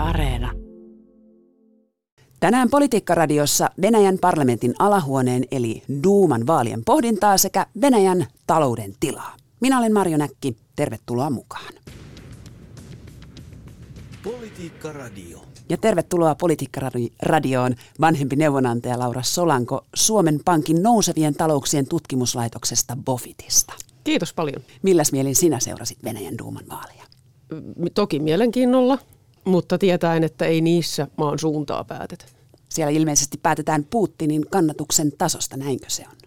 Areena. Tänään Politiikka-radiossa Venäjän parlamentin alahuoneen eli Duuman vaalien pohdintaa sekä Venäjän talouden tilaa. Minä olen Marjo Näkki, tervetuloa mukaan. Politiikka-radio. Ja tervetuloa Politiikka-radioon vanhempi neuvonantaja Laura Solanko Suomen Pankin nousevien talouksien tutkimuslaitoksesta BOFITista. Kiitos paljon. Milläs mielin sinä seurasit Venäjän Duuman vaaleja? Toki mielenkiinnolla, mutta tietäen, että ei niissä maan suuntaa päätetä. Siellä ilmeisesti päätetään Putinin kannatuksen tasosta, näinkö se on?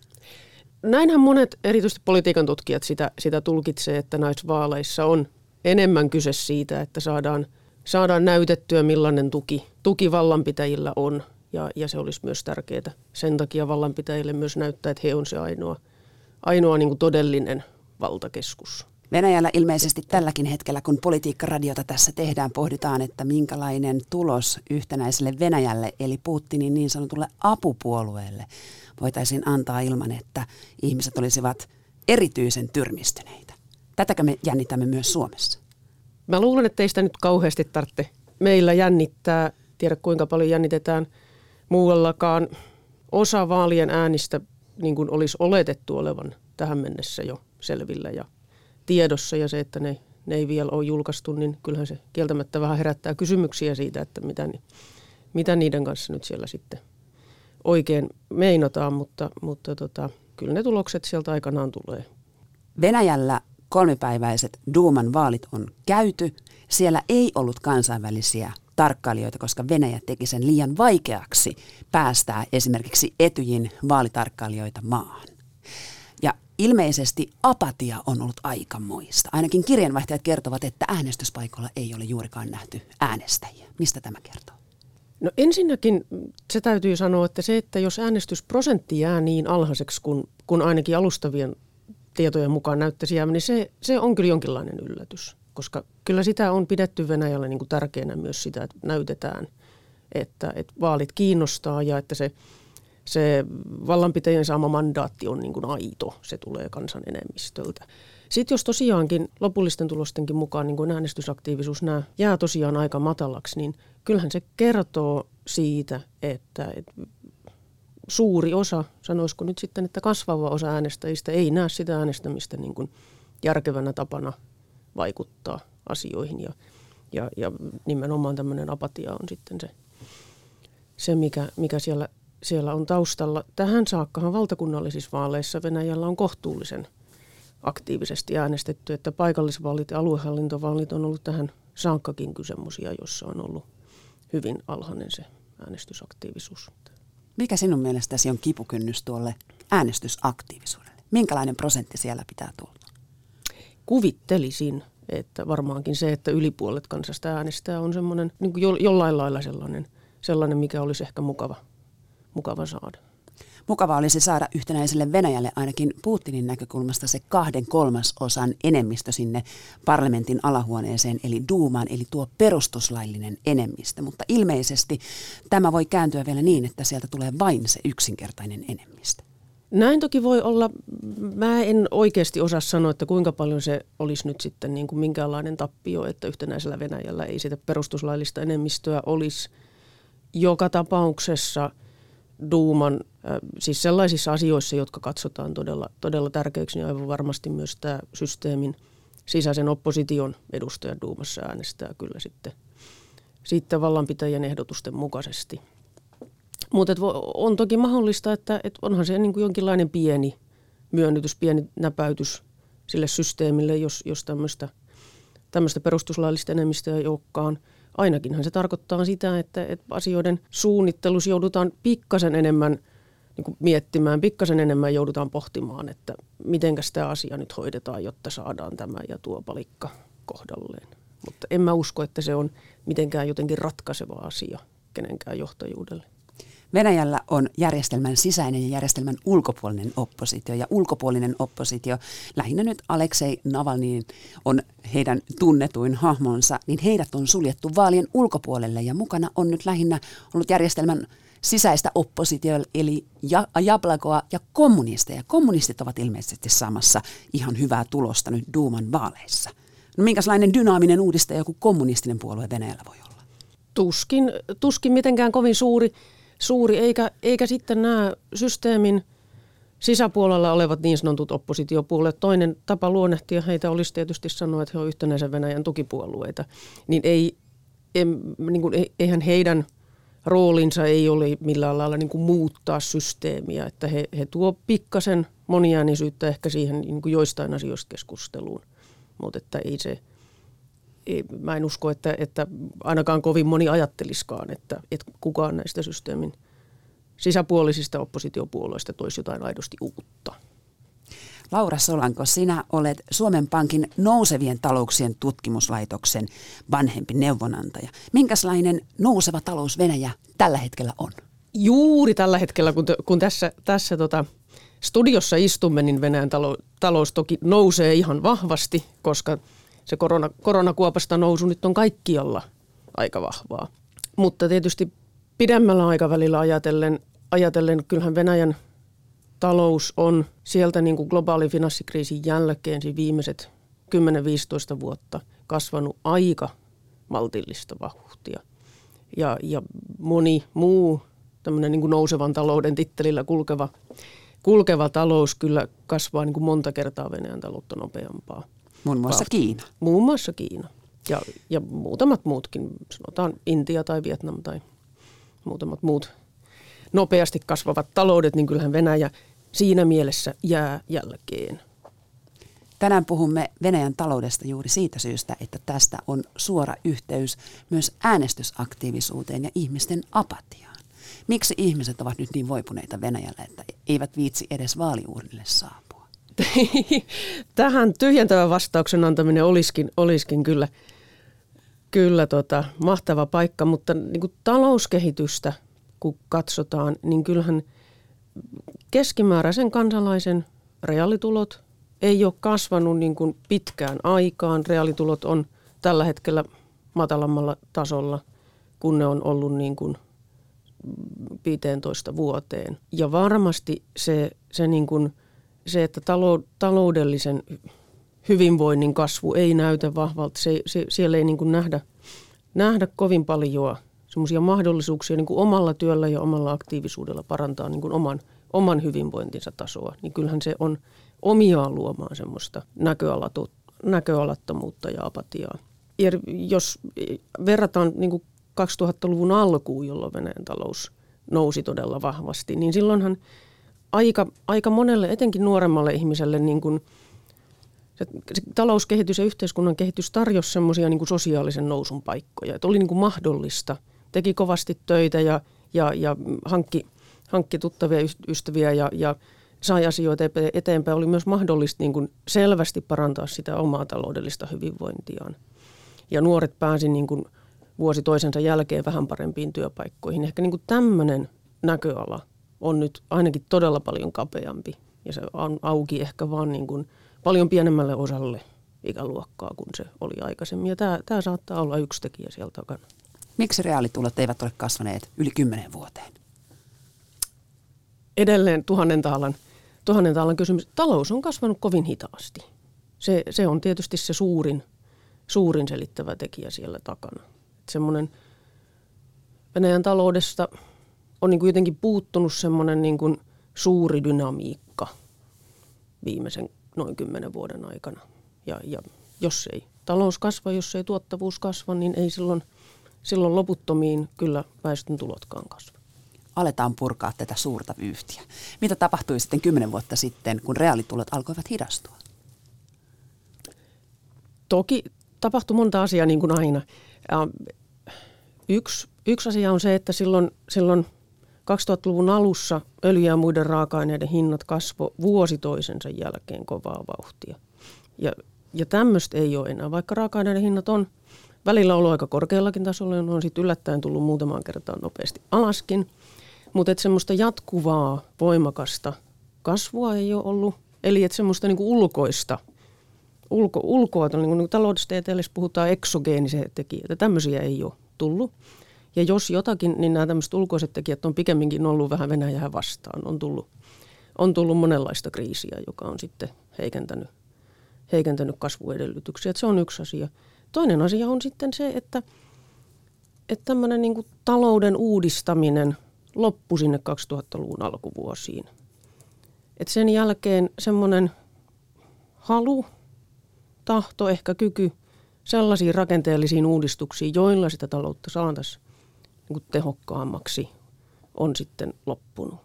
Näinhän monet, erityisesti politiikan tutkijat, sitä tulkitsee, että näissä vaaleissa on enemmän kyse siitä, että saadaan näytettyä, millainen tuki vallanpitäjillä on. Ja se olisi myös tärkeää sen takia vallanpitäjille myös näyttää, että he on se ainoa niin kuin todellinen valtakeskus. Venäjällä ilmeisesti tälläkin hetkellä, kun Politiikka-radiota tässä tehdään, pohditaan, että minkälainen tulos yhtenäiselle Venäjälle, eli Putinin niin sanotulle apupuolueelle, voitaisiin antaa ilman, että ihmiset olisivat erityisen tyrmistyneitä. Tätäkö me jännitämme myös Suomessa? Mä luulen, että ei sitä nyt kauheasti tarvitse meillä jännittää. Tiedä kuinka paljon jännitetään muuallakaan. Osa vaalien äänistä niin kuin olisi oletettu olevan tähän mennessä jo selvillä ja tiedossa, ja se, että ne ei vielä ole julkaistu, niin kyllähän se kieltämättä vähän herättää kysymyksiä siitä, että mitä niiden kanssa nyt siellä sitten oikein meinataan, mutta kyllä ne tulokset sieltä aikanaan tulee. Venäjällä 3-päiväiset Duuman vaalit on käyty. Siellä ei ollut kansainvälisiä tarkkailijoita, koska Venäjä teki sen liian vaikeaksi päästää esimerkiksi Etyjin vaalitarkkailijoita maahan. Ja ilmeisesti apatia on ollut aikamoista. Ainakin kirjeenvaihtajat kertovat, että äänestyspaikoilla ei ole juurikaan nähty äänestäjiä. Mistä tämä kertoo? No ensinnäkin se täytyy sanoa, että se, että jos äänestysprosentti jää niin alhaiseksi, kun ainakin alustavien tietojen mukaan näyttäisi jäämään, niin se on kyllä jonkinlainen yllätys. Koska kyllä sitä on pidetty Venäjällä niin kuin tärkeänä myös sitä, että näytetään, että vaalit kiinnostaa ja että se vallanpitäjien saama mandaatti on niin kuin aito, se tulee kansan enemmistöltä. Sitten jos tosiaankin lopullisten tulostenkin mukaan niin kuin äänestysaktiivisuus jää tosiaan aika matalaksi, niin kyllähän se kertoo siitä, että suuri osa, sanoisiko nyt sitten, että kasvava osa äänestäjistä ei näe sitä äänestämistä niin kuin järkevänä tapana vaikuttaa asioihin ja nimenomaan tämmöinen apatia on sitten se mikä siellä on taustalla. Tähän saakkahan valtakunnallisissa vaaleissa Venäjällä on kohtuullisen aktiivisesti äänestetty, että paikallisvaalit ja aluehallintovaalit on ollut tähän saakkakin semmoisia, jossa on ollut hyvin alhainen se äänestysaktiivisuus. Mikä sinun mielestäsi on kipukynnys tuolle äänestysaktiivisuudelle? Minkälainen prosentti siellä pitää tulla? Kuvittelisin, että varmaankin se, että yli puolet kansasta äänestää on semmoinen niin kuin jollain lailla sellainen, mikä olisi ehkä mukava saada. Mukava olisi saada yhtenäiselle Venäjälle ainakin Putinin näkökulmasta se 2/3 enemmistö sinne parlamentin alahuoneeseen, eli Duumaan, eli tuo perustuslaillinen enemmistö. Mutta ilmeisesti tämä voi kääntyä vielä niin, että sieltä tulee vain se yksinkertainen enemmistö. Näin toki voi olla. Mä en oikeasti osaa sanoa, että kuinka paljon se olisi nyt sitten niin kuin minkäänlainen tappio, että yhtenäisellä Venäjällä ei sitä perustuslaillista enemmistöä olisi. Joka tapauksessa Duuman, siis sellaisissa asioissa, jotka katsotaan todella tärkeiksi, niin aivan varmasti myös tämä systeemin sisäisen opposition edustaja Duumassa äänestää kyllä sitten vallanpitäjän ehdotusten mukaisesti. Mutta on toki mahdollista, että onhan se niin kuin jonkinlainen pieni myönnytys, pieni näpäytys sille systeemille, jos tämmöistä perustuslaillista enemmistöä ei olekaan. Ainakinhan se tarkoittaa sitä, että asioiden suunnittelussa joudutaan pikkasen enemmän niin kuin miettimään, pikkasen enemmän joudutaan pohtimaan, että mitenkäs tämä asia nyt hoidetaan, jotta saadaan tämä ja tuo palikka kohdalleen. Mutta en mä usko, että se on mitenkään jotenkin ratkaiseva asia kenenkään johtajuudelle. Venäjällä on järjestelmän sisäinen ja järjestelmän ulkopuolinen oppositio. Ja ulkopuolinen oppositio, lähinnä nyt Aleksei Navalny on heidän tunnetuin hahmonsa, niin heidät on suljettu vaalien ulkopuolelle. Ja mukana on nyt lähinnä ollut järjestelmän sisäistä oppositiota, eli Jablakoa ja kommunisteja. Kommunistit ovat ilmeisesti saamassa ihan hyvää tulosta nyt Duuman vaaleissa. No minkälainen dynaaminen uudistaja joku kommunistinen puolue Venäjällä voi olla? Tuskin mitenkään kovin suuri eikä sitten nämä systeemin sisäpuolella olevat niin sanotut oppositiopuolueet. Toinen tapa luonnehtia heitä olisi tietysti sanoa, että he ovat yhtenäisen Venäjän tukipuolueita. Niin eihän heidän roolinsa ei ole millään lailla niin kuin muuttaa systeemiä. Että he tuo pikkasen moniäänisyyttä ehkä siihen niin kuin joistain asioista keskusteluun. Mutta että mä en usko, että ainakaan kovin moni ajatteliskaan, että kukaan näistä systeemin sisäpuolisista oppositiopuolueista toisi jotain aidosti uutta. Laura Solanko, sinä olet Suomen Pankin nousevien talouksien tutkimuslaitoksen vanhempi neuvonantaja. Minkälainen nouseva talous Venäjä tällä hetkellä on? Juuri tällä hetkellä, kun tässä studiossa istumme, niin Venäjän talous toki nousee ihan vahvasti, koska se koronakuopasta nousu nyt on kaikkialla aika vahvaa. Mutta tietysti pidemmällä aikavälillä ajatellen kyllähän Venäjän talous on sieltä niin kuin globaalin finanssikriisin jälkeen siis viimeiset 10-15 vuotta kasvanut aika maltillista vauhtia. Ja moni muu tämmöinen niin kuin nousevan talouden tittelillä kulkeva talous kyllä kasvaa niin kuin monta kertaa Venäjän taloutta nopeampaa. Muun muassa Kiina. Muun muassa Kiina. Ja muutamat muutkin, sanotaan Intia tai Vietnam tai muutamat muut nopeasti kasvavat taloudet, niin kyllähän Venäjä siinä mielessä jää jälkeen. Tänään puhumme Venäjän taloudesta juuri siitä syystä, että tästä on suora yhteys myös äänestysaktiivisuuteen ja ihmisten apatiaan. Miksi ihmiset ovat nyt niin voipuneita Venäjällä, että eivät viitsi edes vaaliuurnille saapua? Tähän tyhjentävän vastauksen antaminen olisikin kyllä mahtava paikka, mutta niin kuin talouskehitystä kun katsotaan, niin kyllähän keskimääräisen kansalaisen reaalitulot ei ole kasvanut niin kuin pitkään aikaan. Reaalitulot on tällä hetkellä matalammalla tasolla, kun ne on ollut niin kuin 15 vuoteen. Ja varmasti se, että taloudellisen hyvinvoinnin kasvu ei näytä vahvalta. Siellä ei niin kuin nähdä kovin paljon semmoisia mahdollisuuksia niin kuin omalla työllä ja omalla aktiivisuudella parantaa niin kuin oman hyvinvointinsa tasoa. Niin kyllähän se on omiaan luomaan semmoista näköalattomuutta ja apatiaa. Ja jos verrataan niin kuin 2000-luvun alkuun, jolloin Venäjän talous nousi todella vahvasti, niin silloinhan aika monelle, etenkin nuoremmalle ihmiselle, niin kuin se talouskehitys ja yhteiskunnan kehitys tarjosi semmoisia niin kuin sosiaalisen nousun paikkoja. Että oli niin kuin mahdollista, teki kovasti töitä ja hankki tuttavia ystäviä ja sai asioita eteenpäin. Oli myös mahdollista niin kuin selvästi parantaa sitä omaa taloudellista hyvinvointiaan. Ja nuoret pääsi niin kuin vuosi toisensa jälkeen vähän parempiin työpaikkoihin. Ehkä niin kuin tämmöinen näköala on nyt ainakin todella paljon kapeampi. Ja se on auki ehkä vaan niin kuin paljon pienemmälle osalle ikäluokkaa kuin se oli aikaisemmin. Ja tämä saattaa olla yksi tekijä siellä takana. Miksi reaalitulot eivät ole kasvaneet yli 10 vuoteen? Edelleen tuhannen taalan kysymys. Talous on kasvanut kovin hitaasti. Se on tietysti se suurin selittävä tekijä siellä takana. Semmoinen Venäjän taloudesta on niin kuin jotenkin puuttunut semmoinen niin kuin suuri dynamiikka viimeisen noin 10 vuoden aikana. Ja jos ei talous kasva, jos ei tuottavuus kasva, niin ei silloin loputtomiin kyllä väestön tulotkaan kasva. Aletaan purkaa tätä suurta vyyhtiä. Mitä tapahtui sitten 10 vuotta sitten, kun reaalitulot alkoivat hidastua? Toki tapahtui monta asiaa niin kuin aina. Yksi asia on se, että silloin 2000-luvun alussa öljy- ja muiden raaka-aineiden hinnat kasvoi vuosi toisensa jälkeen kovaa vauhtia. Ja tämmöistä ei ole enää, vaikka raaka-aineiden hinnat on välillä ollut aika korkeallakin tasolla, on sitten yllättäen tullut muutamaan kertaan nopeasti alaskin. Mutta semmoista jatkuvaa, voimakasta kasvua ei ole ollut. Eli että semmoista niinku ulkoa, niin kuin taloudestieteellisesti puhutaan eksogeenisia tekijöitä, tämmöisiä ei ole tullut. Ja jos jotakin, niin nämä tämmöiset ulkoiset tekijät on pikemminkin ollut vähän Venäjää vastaan. On tullut monenlaista kriisiä, joka on sitten heikentänyt kasvuedellytyksiä. Että se on yksi asia. Toinen asia on sitten se, että että tämmöinen niin kuin talouden uudistaminen loppui sinne 2000-luvun alkuvuosiin. Et sen jälkeen semmoinen halu, tahto, ehkä kyky sellaisiin rakenteellisiin uudistuksiin, joilla sitä taloutta saataisiin niin kuin tehokkaammaksi, on sitten loppunut.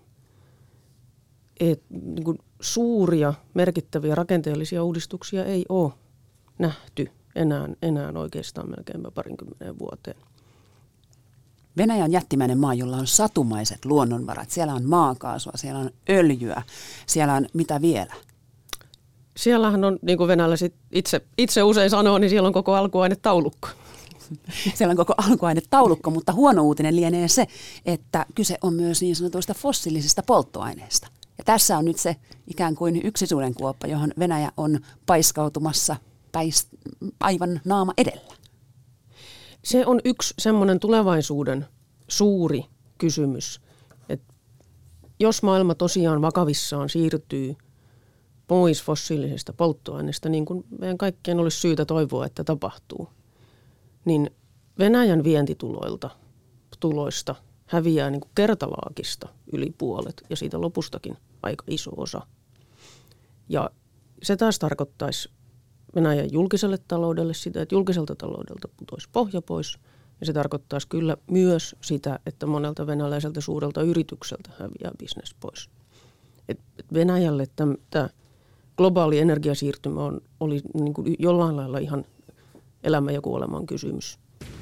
Niin kuin suuria, merkittäviä rakenteellisia uudistuksia ei ole nähty enää oikeastaan melkeinpä 20 vuoteen. Venäjä on jättimäinen maa, jolla on satumaiset luonnonvarat. Siellä on maakaasua, siellä on öljyä, siellä on mitä vielä? Siellähän on, niin kuin venäläiset itse usein sanoo, niin siellä on koko alkuainetaulukko. Siellä on koko alkuainetaulukko, mutta huono uutinen lienee se, että kyse on myös niin sanotuista fossiilisista polttoaineista. Ja tässä on nyt se ikään kuin yksisuudenkuoppa, johon Venäjä on paiskautumassa aivan naama edellä. Se on yksi semmoinen tulevaisuuden suuri kysymys, että jos maailma tosiaan vakavissaan siirtyy pois fossiilisista polttoaineista, niin kuin meidän kaikkien olisi syytä toivoa, että tapahtuu, niin Venäjän vientituloista häviää niin kuin kertalaakista yli puolet ja siitä lopustakin aika iso osa. Ja se taas tarkoittaisi Venäjän julkiselle taloudelle sitä, että julkiselta taloudelta putoisi pohja pois. Ja se tarkoittaisi kyllä myös sitä, että monelta venäläiseltä suurelta yritykseltä häviää bisnes pois. Et Venäjälle tämä globaali energiasiirtymä oli niin kuin jollain lailla ihan elämän ja kuoleman kysymys.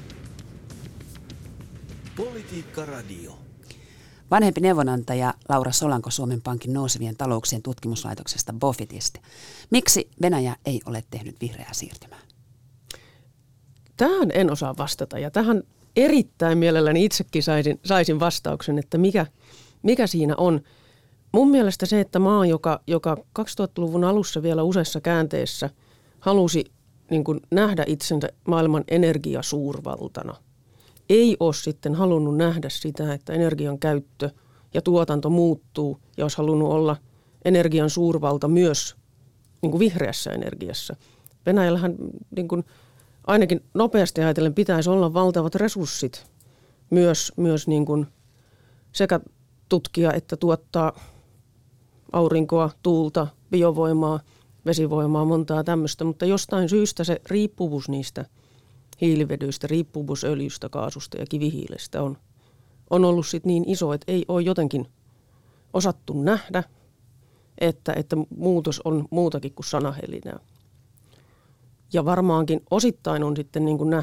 Politiikka Radio. Vanhempi neuvonantaja Laura Solanko Suomen Pankin nousevien talouksien tutkimuslaitoksesta BOFITista. Miksi Venäjä ei ole tehnyt vihreää siirtymää? Tähän en osaa vastata ja tähän erittäin mielelläni itsekin saisin vastauksen, että mikä siinä on. Mun mielestä se, että maa, joka 2000-luvun alussa vielä useassa käänteessä halusi niin kuin nähdä itsensä maailman energiasuurvaltana, ei ole sitten halunnut nähdä sitä, että energian käyttö ja tuotanto muuttuu ja olisi halunnut olla energian suurvalta myös niin kuin vihreässä energiassa. Venäjällähän niin kuin ainakin nopeasti ajatellen pitäisi olla valtavat resurssit myös niin kuin sekä tutkia että tuottaa aurinkoa, tuulta, biovoimaa, vesivoimaa, montaa tämmöistä, mutta jostain syystä se riippuvuus niistä hiilivedyistä, riippuvuus öljystä, kaasusta ja kivihiilestä on ollut sit niin iso, että ei ole jotenkin osattu nähdä, että muutos on muutakin kuin sanahelinää. Ja varmaankin osittain on sitten niin kuin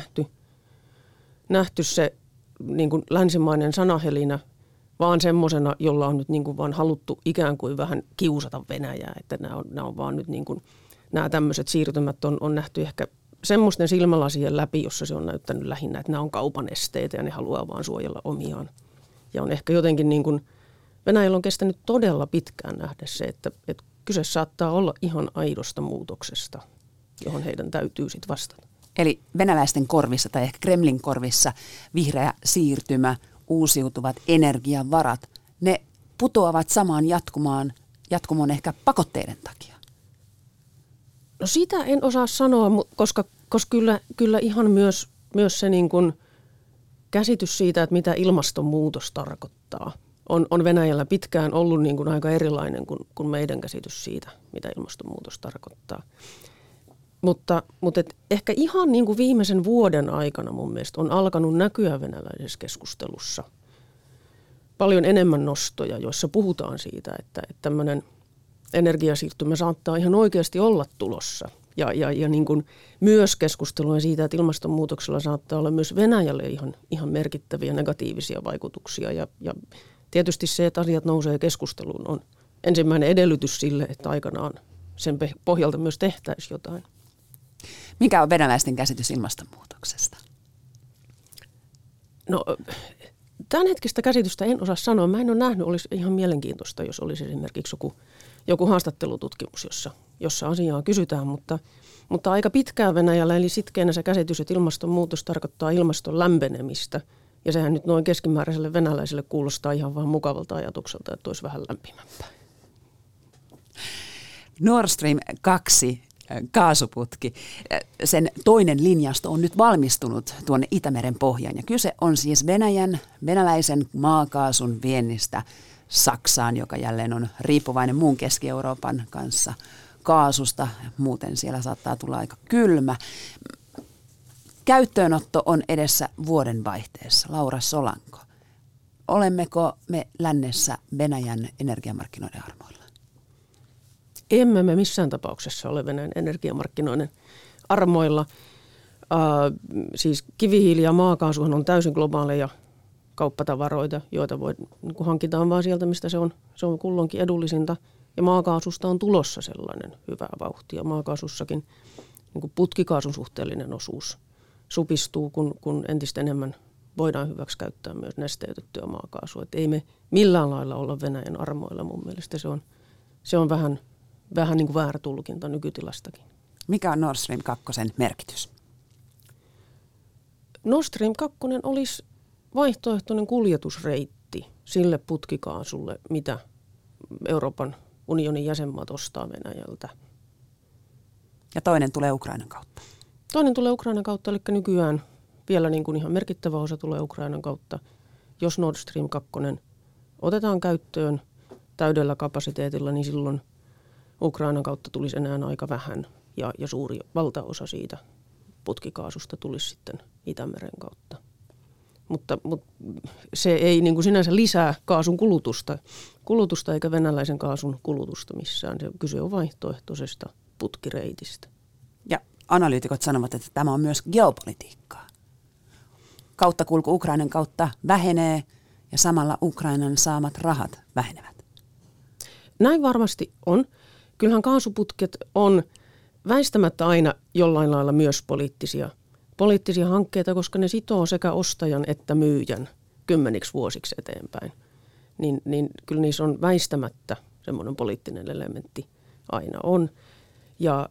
nähty se niin kuin länsimainen sanahelinä vaan semmoisena, jolla on nyt niin kuin vaan haluttu ikään kuin vähän kiusata Venäjää, että nämä on vaan nyt niin kuin, nämä tämmöiset siirtymät on nähty ehkä semmoisten silmälasien läpi, jossa se on näyttänyt lähinnä, että nämä on kaupan esteitä ja ne haluaa vaan suojella omiaan. Ja on ehkä jotenkin niin kuin, Venäjällä on kestänyt todella pitkään nähdä se, että kyse saattaa olla ihan aidosta muutoksesta, johon heidän täytyy sitten vastata. Eli venäläisten korvissa tai ehkä Kremlin korvissa vihreä siirtymä, uusiutuvat energiavarat, ne putoavat samaan jatkumoon ehkä pakotteiden takia. No sitä en osaa sanoa, koska kyllä ihan myös se niin kuin käsitys siitä, että mitä ilmastonmuutos tarkoittaa, on Venäjällä pitkään ollut niin kuin aika erilainen kuin meidän käsitys siitä, mitä ilmastonmuutos tarkoittaa. Mutta ehkä ihan niin kuin viimeisen vuoden aikana mun mielestä on alkanut näkyä venäläisessä keskustelussa paljon enemmän nostoja, joissa puhutaan siitä, että tämmöinen energiasiirtymä saattaa ihan oikeasti olla tulossa. Ja niin kuin myös keskustelua siitä, että ilmastonmuutoksella saattaa olla myös Venäjälle ihan merkittäviä negatiivisia vaikutuksia. Ja tietysti se, että asiat nousee keskusteluun, on ensimmäinen edellytys sille, että aikanaan sen pohjalta myös tehtäisiin jotain. Mikä on venäläisten käsitys ilmastonmuutoksesta? No, tämänhetkistä käsitystä en osaa sanoa. Mä en ole nähnyt, olisi ihan mielenkiintoista, jos olisi esimerkiksi joku haastattelututkimus, jossa asiaa kysytään, mutta aika pitkään Venäjällä, eli sitkeänä se käsitys, että ilmastonmuutos tarkoittaa ilmaston lämpenemistä, ja sehän nyt noin keskimääräiselle venäläiselle kuulostaa ihan vaan mukavalta ajatukselta, että olisi vähän lämpimämpää. Nord Stream 2 kaasuputki. Sen toinen linjasto on nyt valmistunut tuonne Itämeren pohjaan ja kyse on siis venäläisen maakaasun viennistä Saksaan, joka jälleen on riippuvainen muun Keski-Euroopan kanssa kaasusta. Muuten siellä saattaa tulla aika kylmä. Käyttöönotto on edessä vuodenvaihteessa. Laura Solanko, olemmeko me lännessä Venäjän energiamarkkinoiden armoilla? Emme me missään tapauksessa ole Venäjän energiamarkkinoiden armoilla. Siis kivihiili ja maakaasuhan on täysin globaaleja kauppatavaroita, joita niin hankitaan vaan sieltä, mistä se on kulloinkin edullisinta. Ja maakaasusta on tulossa sellainen hyvä vauhti. Ja maakaasussakin niin putkikaasun suhteellinen osuus supistuu, kun entistä enemmän voidaan hyväksi käyttää myös nesteytettyä maakaasua. Et ei me millään lailla olla Venäjän armoilla mun mielestä. Se on vähän niin kuin väärä tulkinta nykytilastakin. Mikä on Nord Stream 2 merkitys? Nord Stream 2 olisi vaihtoehtoinen kuljetusreitti sille putkikaasulle, mitä Euroopan unionin jäsenmaat ostaa Venäjältä. Ja toinen tulee Ukrainan kautta? Toinen tulee Ukrainan kautta, eli nykyään vielä niin kuin ihan merkittävä osa tulee Ukrainan kautta. Jos Nord Stream 2 otetaan käyttöön täydellä kapasiteetilla, niin silloin Ukrainan kautta tulisi enää aika vähän ja suuri valtaosa siitä putkikaasusta tulisi sitten Itämeren kautta. Mutta se ei niin kuin sinänsä lisää kaasun kulutusta eikä venäläisen kaasun kulutusta missään. Kyse on vaihtoehtoisesta putkireitistä. Ja analyytikot sanovat, että tämä on myös geopolitiikkaa. Kauttakulku Ukrainan kautta vähenee ja samalla Ukrainan saamat rahat vähenevät. Näin varmasti on. Kyllähän kaasuputket on väistämättä aina jollain lailla myös poliittisia hankkeita, koska ne sitoo sekä ostajan että myyjän 10 vuosiksi eteenpäin. Niin kyllä niissä on väistämättä semmoinen poliittinen elementti aina on. Ja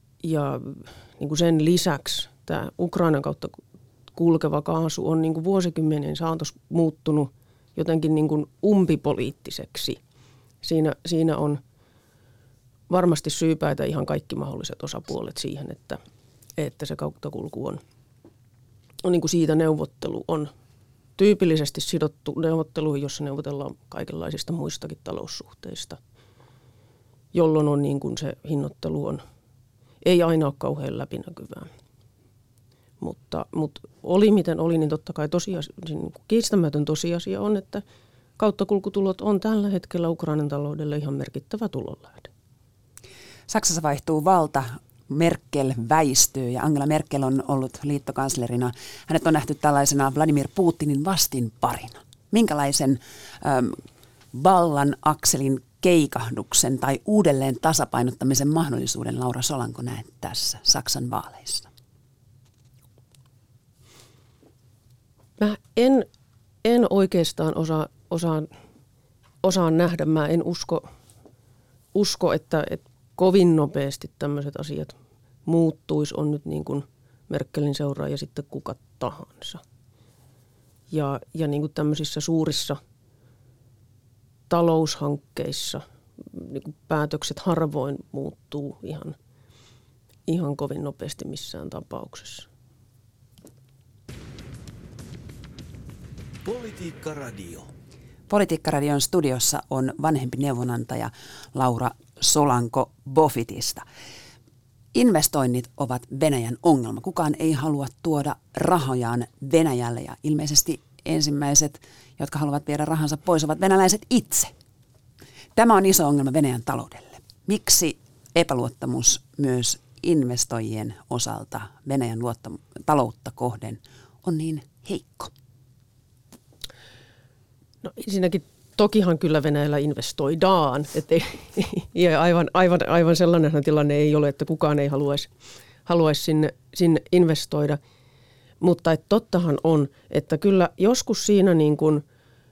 niin kuin sen lisäksi tämä Ukrainan kautta kulkeva kaasu on niin kuin vuosikymmenien saatossa muuttunut jotenkin niin kuin umpipoliittiseksi. Siinä on varmasti syypäitä ihan kaikki mahdolliset osapuolet siihen, että se kauttakulku on niin kuin siitä neuvottelu on tyypillisesti sidottu neuvotteluihin, jossa neuvotellaan kaikenlaisista muistakin taloussuhteista, jolloin on niin kuin se hinnoittelu ei aina ole kauhean läpinäkyvää. Mutta oli miten oli, niin totta kai niin kiistämätön tosiasia on, että kauttakulkutulot on tällä hetkellä Ukrainan taloudelle ihan merkittävä tulonlähde. Saksassa vaihtuu valta, Merkel väistyy ja Angela Merkel on ollut liittokanslerina. Hänet on nähty tällaisena Vladimir Putinin vastinparina. Minkälaisen vallan akselin keikahduksen tai uudelleen tasapainottamisen mahdollisuuden, Laura Solanko, näet tässä Saksan vaaleissa? Mä en oikeastaan osaa nähdä. Mä en usko että kovin nopeasti tämmöiset asiat muuttuisi, on nyt niin kuin Merkelin seuraaja sitten kuka tahansa. Ja niin kuin tämmöisissä suurissa taloushankkeissa niin kuin päätökset harvoin muuttuu ihan kovin nopeasti missään tapauksessa. Politiikka-radio. Politiikka-radion studiossa on vanhempi neuvonantaja Laura Solanko Bofitista. Investoinnit ovat Venäjän ongelma. Kukaan ei halua tuoda rahojaan Venäjälle ja ilmeisesti ensimmäiset, jotka haluavat viedä rahansa pois, ovat venäläiset itse. Tämä on iso ongelma Venäjän taloudelle. Miksi epäluottamus myös investoijien osalta Venäjän taloutta kohden on niin heikko? No ensinnäkin tokihan kyllä Venäjällä investoidaan. Ja aivan sellainen tilanne ei ole, että kukaan ei haluaisi sinne investoida. Mutta tottahan on, että kyllä joskus siinä niin kuin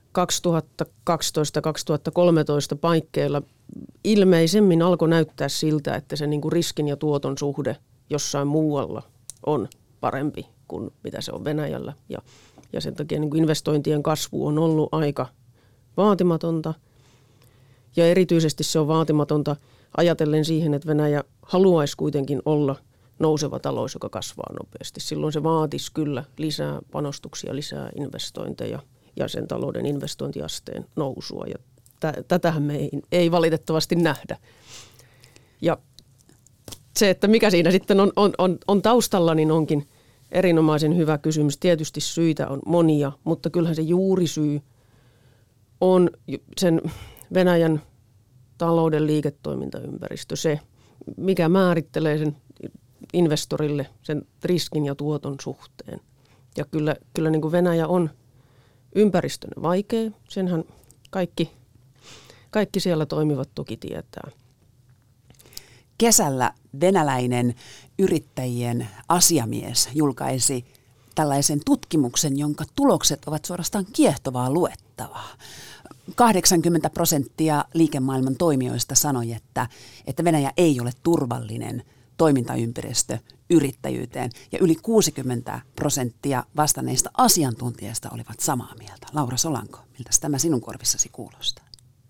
2012-2013 paikkeilla ilmeisemmin alkoi näyttää siltä, että se niin kuin riskin ja tuoton suhde jossain muualla on parempi kuin mitä se on Venäjällä. Ja sen takia niin kuin investointien kasvu on ollut aika vaatimatonta. Ja erityisesti se on vaatimatonta ajatellen siihen, että Venäjä haluaisi kuitenkin olla nouseva talous, joka kasvaa nopeasti. Silloin se vaatisi kyllä lisää panostuksia, lisää investointeja ja sen talouden investointiasteen nousua. Ja tätähän me ei valitettavasti nähdä. Ja se, että mikä siinä sitten on taustalla, niin onkin erinomaisen hyvä kysymys. Tietysti syitä on monia, mutta kyllähän se juurisyy on sen Venäjän talouden liiketoimintaympäristö, se mikä määrittelee sen investorille sen riskin ja tuoton suhteen. Ja kyllä niin kuin Venäjä on ympäristön vaikea, senhän kaikki siellä toimivat toki tietää. Kesällä venäläinen yrittäjien asiamies julkaisi tällaisen tutkimuksen, jonka tulokset ovat suorastaan kiehtovaa luettavaa. 80% liikemaailman toimijoista sanoi, että Venäjä ei ole turvallinen toimintaympäristö yrittäjyyteen, ja yli 60% vastanneista asiantuntijasta olivat samaa mieltä. Laura Solanko, miltä tämä sinun korvissasi kuulostaa?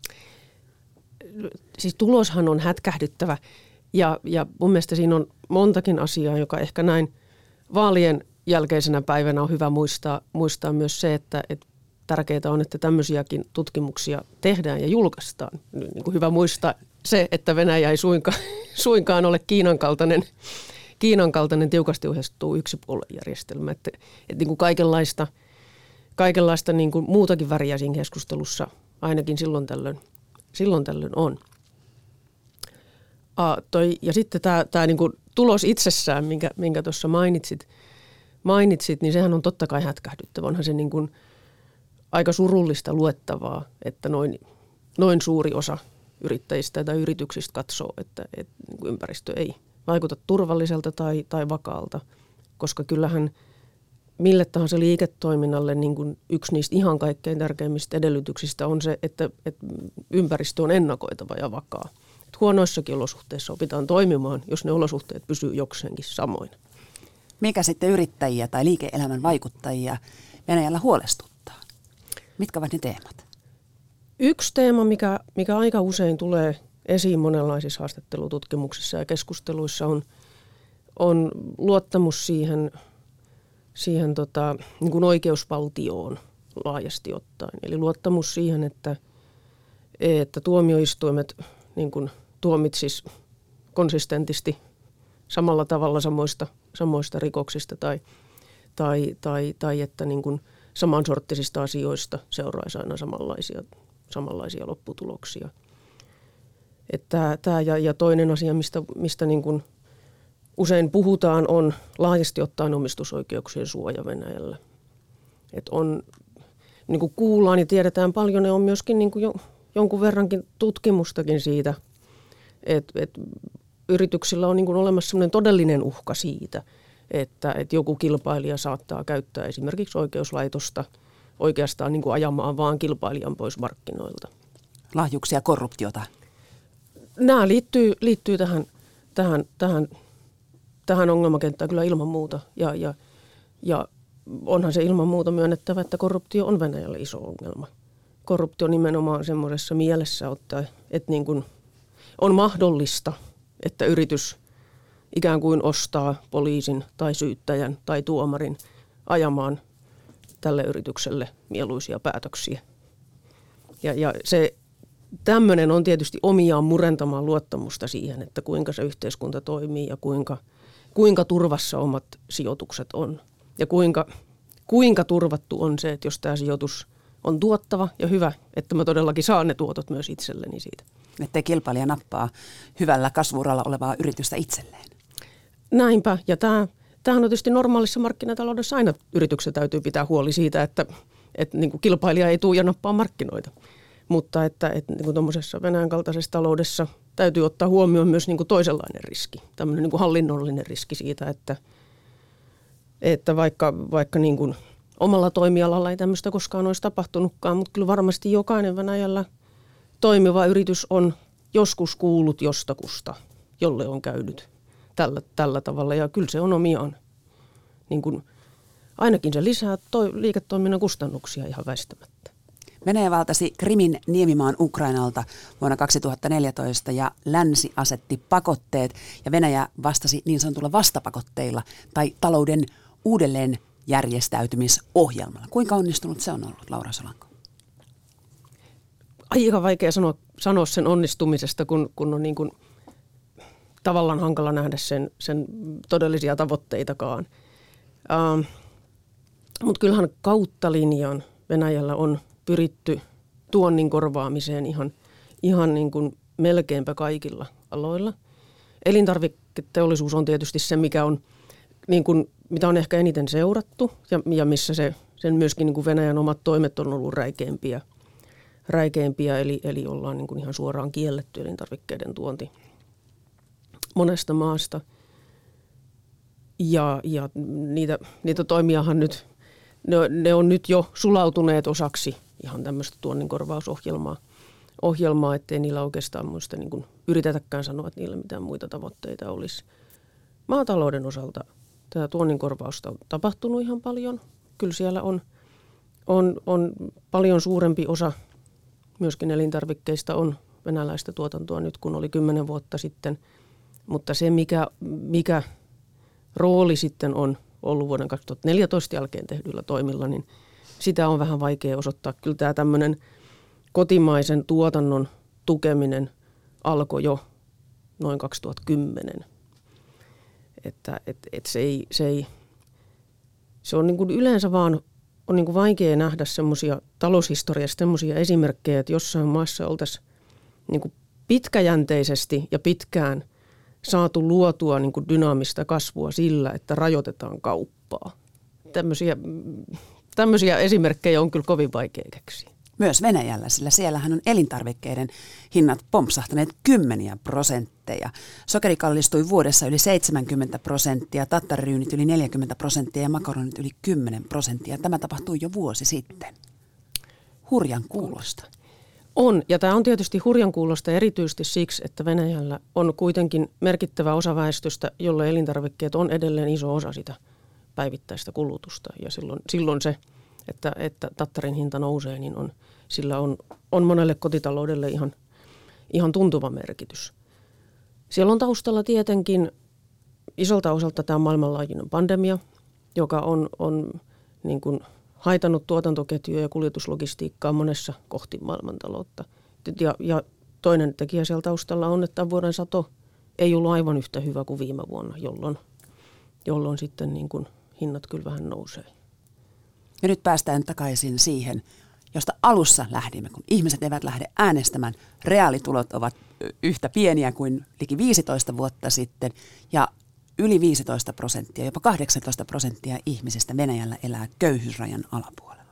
Siis tuloshan on hätkähdyttävä, ja mun mielestä siinä on montakin asiaa, joka ehkä näin vaalien jälkeisenä päivänä on hyvä muistaa myös se, että tärkeää on, että tämmöisiäkin tutkimuksia tehdään ja julkaistaan. Niin kuin hyvä muistaa se, että Venäjä ei suinkaan ole Kiinan kaltainen tiukasti ohjastuu yksipuolueen järjestelmä. Että niin kuin kaikenlaista niin kuin muutakin väriä siinä keskustelussa ainakin silloin tällöin on. Ja sitten tämä niin kuin tulos itsessään, minkä tuossa mainitsit, niin sehän on totta kai hätkähdyttävä. Onhan se niin kuin aika surullista luettavaa, että noin suuri osa yrittäjistä tai yrityksistä katsoo, että niin kuin ympäristö ei vaikuta turvalliselta tai vakaalta, koska kyllähän mille tahansa liiketoiminnalle niin kuin yksi niistä ihan kaikkein tärkeimmistä edellytyksistä on se, että ympäristö on ennakoitava ja vakaa. Että huonoissakin olosuhteissa opitaan toimimaan, jos ne olosuhteet pysyy jokseenkin samoin. Mikä sitten yrittäjiä tai liike-elämän vaikuttajia Venäjällä huolestuttaa? Mitkä ovat ne teemat? Yksi teema, mikä aika usein tulee esiin monenlaisissa haastattelututkimuksissa ja keskusteluissa, on luottamus siihen niin kuin oikeusvaltioon laajasti ottaen. Eli luottamus siihen, että tuomioistuimet niin kuin tuomitsis konsistentisti samalla tavalla samoista rikoksista tai että niin kuin samansorttisista asioista seuraisi aina samanlaisia lopputuloksia. Tämä ja toinen asia, mistä niin kuin usein puhutaan, on laajasti ottaen omistusoikeuksien suoja Venäjällä. Että on, niin kuin kuullaan ja tiedetään paljon, ja on myöskin niin kuin jonkun verrankin tutkimustakin siitä, että yrityksillä on niin kuin olemassa sellainen todellinen uhka siitä, että joku kilpailija saattaa käyttää esimerkiksi oikeuslaitosta oikeastaan niin kuin ajamaan vaan kilpailijan pois markkinoilta. Lahjuksia, korruptiota. Nämä liittyy tähän ongelmakenttään kyllä ilman muuta. Ja onhan se ilman muuta myönnettävä, että korruptio on Venäjälle iso ongelma. Korruptio nimenomaan semmoisessa mielessä, että niin kuin on mahdollista, että yritys ikään kuin ostaa poliisin tai syyttäjän tai tuomarin ajamaan tälle yritykselle mieluisia päätöksiä. Ja se tämmöinen on tietysti omiaan murentamaan luottamusta siihen, että kuinka se yhteiskunta toimii ja kuinka turvassa omat sijoitukset on. Ja kuinka turvattu on se, että jos tämä sijoitus on tuottava ja hyvä, että mä todellakin saan ne tuotot myös itselleni siitä. Ettei kilpailija nappaa hyvällä kasvu-uralla olevaa yritystä itselleen. Näinpä. Ja tämähän on tietysti normaalissa markkinataloudessa aina yrityksen täytyy pitää huoli siitä, että niin kuin kilpailija ei tule ja nappaa markkinoita. Mutta että niin kuin tuommoisessa Venäjän kaltaisessa taloudessa täytyy ottaa huomioon myös niin kuin toisenlainen riski, tämmöinen niin kuin hallinnollinen riski siitä, että vaikka niin kuin omalla toimialalla ei tämmöistä koskaan olisi tapahtunutkaan, mutta kyllä varmasti jokainen Venäjällä toimiva yritys on joskus kuullut jostakusta, jolle on käynyt tällä tavalla. Ja kyllä se on omiaan, niin kuin, ainakin se lisää liiketoiminnan kustannuksia ihan väistämättä. Venäjä valtasi Krimin niemimaan Ukrainalta vuonna 2014 ja länsi asetti pakotteet ja Venäjä vastasi niin sanotulla vastapakotteilla tai talouden uudelleen järjestäytymisohjelmalla. Kuinka onnistunut se on ollut, Laura Solanko? Aika vaikea sanoa sen onnistumisesta, kun on niin kuin tavallaan hankala nähdä sen todellisia tavoitteitakaan. Mutta kyllähän kautta linjan Venäjällä on pyritty tuonnin korvaamiseen ihan niin kuin melkeinpä kaikilla aloilla. Elintarviketeollisuus on tietysti se, mikä on, niin kuin, mitä on ehkä eniten seurattu ja missä sen myöskin niin kuin Venäjän omat toimet on ollut räikeimpiä eli ollaan niin kuin ihan suoraan kielletty elintarvikkeiden tuonti monesta maasta. Ja niitä toimiahan nyt, ne on nyt jo sulautuneet osaksi ihan tämmöistä tuonnin korvausohjelmaa, ettei niillä oikeastaan muista niin kuin yritetäkään sanoa, että niillä mitään muita tavoitteita olisi. Maatalouden osalta tämä tuonnin korvausta on tapahtunut ihan paljon. Kyllä siellä on paljon suurempi osa myöskin elintarvikkeista on venäläistä tuotantoa nyt, kun oli 10 vuotta sitten. Mutta se, mikä rooli sitten on ollut vuoden 2014 jälkeen tehdyillä toimilla, niin sitä on vähän vaikea osoittaa. Kyllä tämä tämmöinen kotimaisen tuotannon tukeminen alkoi jo noin 2010. Että se on niin kuin yleensä vaan on niin kuin vaikea nähdä semmoisia taloushistoriasta semmoisia esimerkkejä, että jossain maassa oltaisiin niin kuin pitkäjänteisesti ja pitkään saatu luotua niin kuin dynaamista kasvua sillä, että rajoitetaan kauppaa. Tämmöisiä esimerkkejä on kyllä kovin vaikea keksiä. Myös Venäjällä, sillä siellähän on elintarvikkeiden hinnat pompsahtaneet 10%. Sokeri kallistui vuodessa yli 70%, tattariryynit yli 40% ja makaronit yli 10%. Tämä tapahtui jo vuosi sitten. Hurjan kuulosta. On, ja tämä on tietysti hurjan kuulosta erityisesti siksi, että Venäjällä on kuitenkin merkittävä osa väestöstä, jolle elintarvikkeet on edelleen iso osa sitä päivittäistä kulutusta. Ja silloin se, että tattarin hinta nousee, niin sillä on monelle kotitaloudelle ihan tuntuva merkitys. Siellä on taustalla tietenkin isolta osalta tämä maailmanlaajuinen pandemia, joka on niin kuin haitannut tuotantoketjuja ja kuljetuslogistiikkaa monessa kohti maailmantaloutta. Ja toinen tekijä siellä taustalla on, että tämän vuoden sato ei ollut aivan yhtä hyvä kuin viime vuonna, jolloin sitten niin kuin hinnat kyllä vähän nousee. Ja nyt päästään takaisin siihen, josta alussa lähdimme, kun ihmiset eivät lähde äänestämään. Reaalitulot ovat yhtä pieniä kuin liki 15 vuotta sitten ja yli 15%, jopa 18% ihmisistä Venäjällä elää köyhyysrajan alapuolella.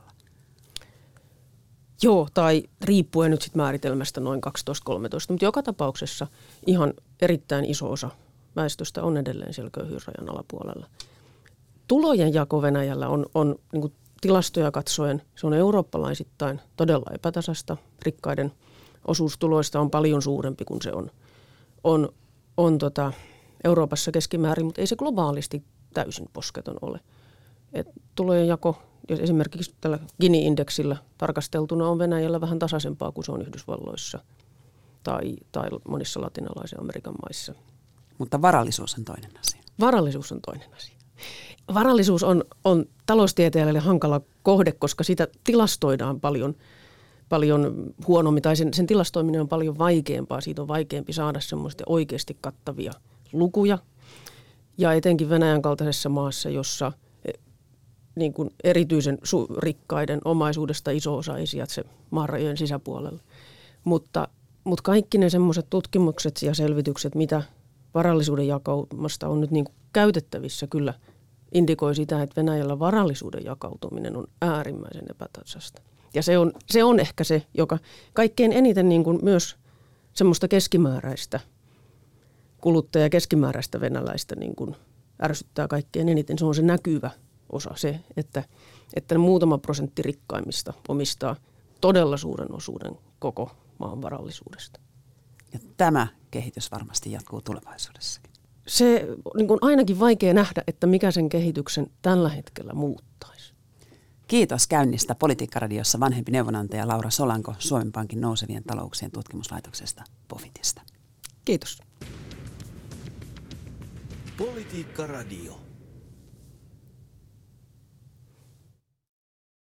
Joo, tai riippuen nyt sitten määritelmästä noin 12-13, mutta joka tapauksessa ihan erittäin iso osa väestöstä on edelleen siellä köyhyysrajan alapuolella. Tulojen jako Venäjällä on niin kuin tilastoja katsoen, se on eurooppalaisittain todella epätasasta. Rikkaiden osuus tuloista on paljon suurempi kuin se on Euroopassa keskimäärin, mutta ei se globaalisti täysin posketon ole. Et tulojen jako, jos esimerkiksi tällä Gini-indeksillä tarkasteltuna on Venäjällä vähän tasaisempaa kuin se on Yhdysvalloissa tai monissa latinalaisen Amerikan maissa. Mutta varallisuus on toinen asia. Varallisuus on toinen asia. Varallisuus on taloustieteelle hankala kohde, koska sitä tilastoidaan paljon huonommin, tai sen tilastoiminen on paljon vaikeampaa. Siitä on vaikeampi saada semmoista oikeasti kattavia lukuja. Ja etenkin Venäjän kaltaisessa maassa, jossa niin kuin erityisen rikkaiden omaisuudesta iso osa ei sijaitse maanrajojen sisäpuolella. Mutta kaikki ne semmoiset tutkimukset ja selvitykset, mitä varallisuuden jakaumasta on nyt niin kuin käytettävissä, kyllä indikoi sitä, että Venäjällä varallisuuden jakautuminen on äärimmäisen epätasasta. Ja se on ehkä se, joka kaikkein eniten niin kuin myös semmoista keskimääräistä kuluttaja keskimääräistä venäläistä niin kuin ärsyttää kaikkein eniten. Se on se näkyvä osa, se, että ne muutama prosentti rikkaimmista omistaa todella suuren osuuden koko maan varallisuudesta. Ja tämä kehitys varmasti jatkuu tulevaisuudessakin. Se niin kuin ainakin vaikea nähdä, että mikä sen kehityksen tällä hetkellä muuttaisi. Kiitos käynnistä Politiikkaradiossa vanhempi neuvonantaja Laura Solanko Suomen Pankin nousevien talouksien tutkimuslaitoksesta Pofitista. Kiitos. Politiikkaradio.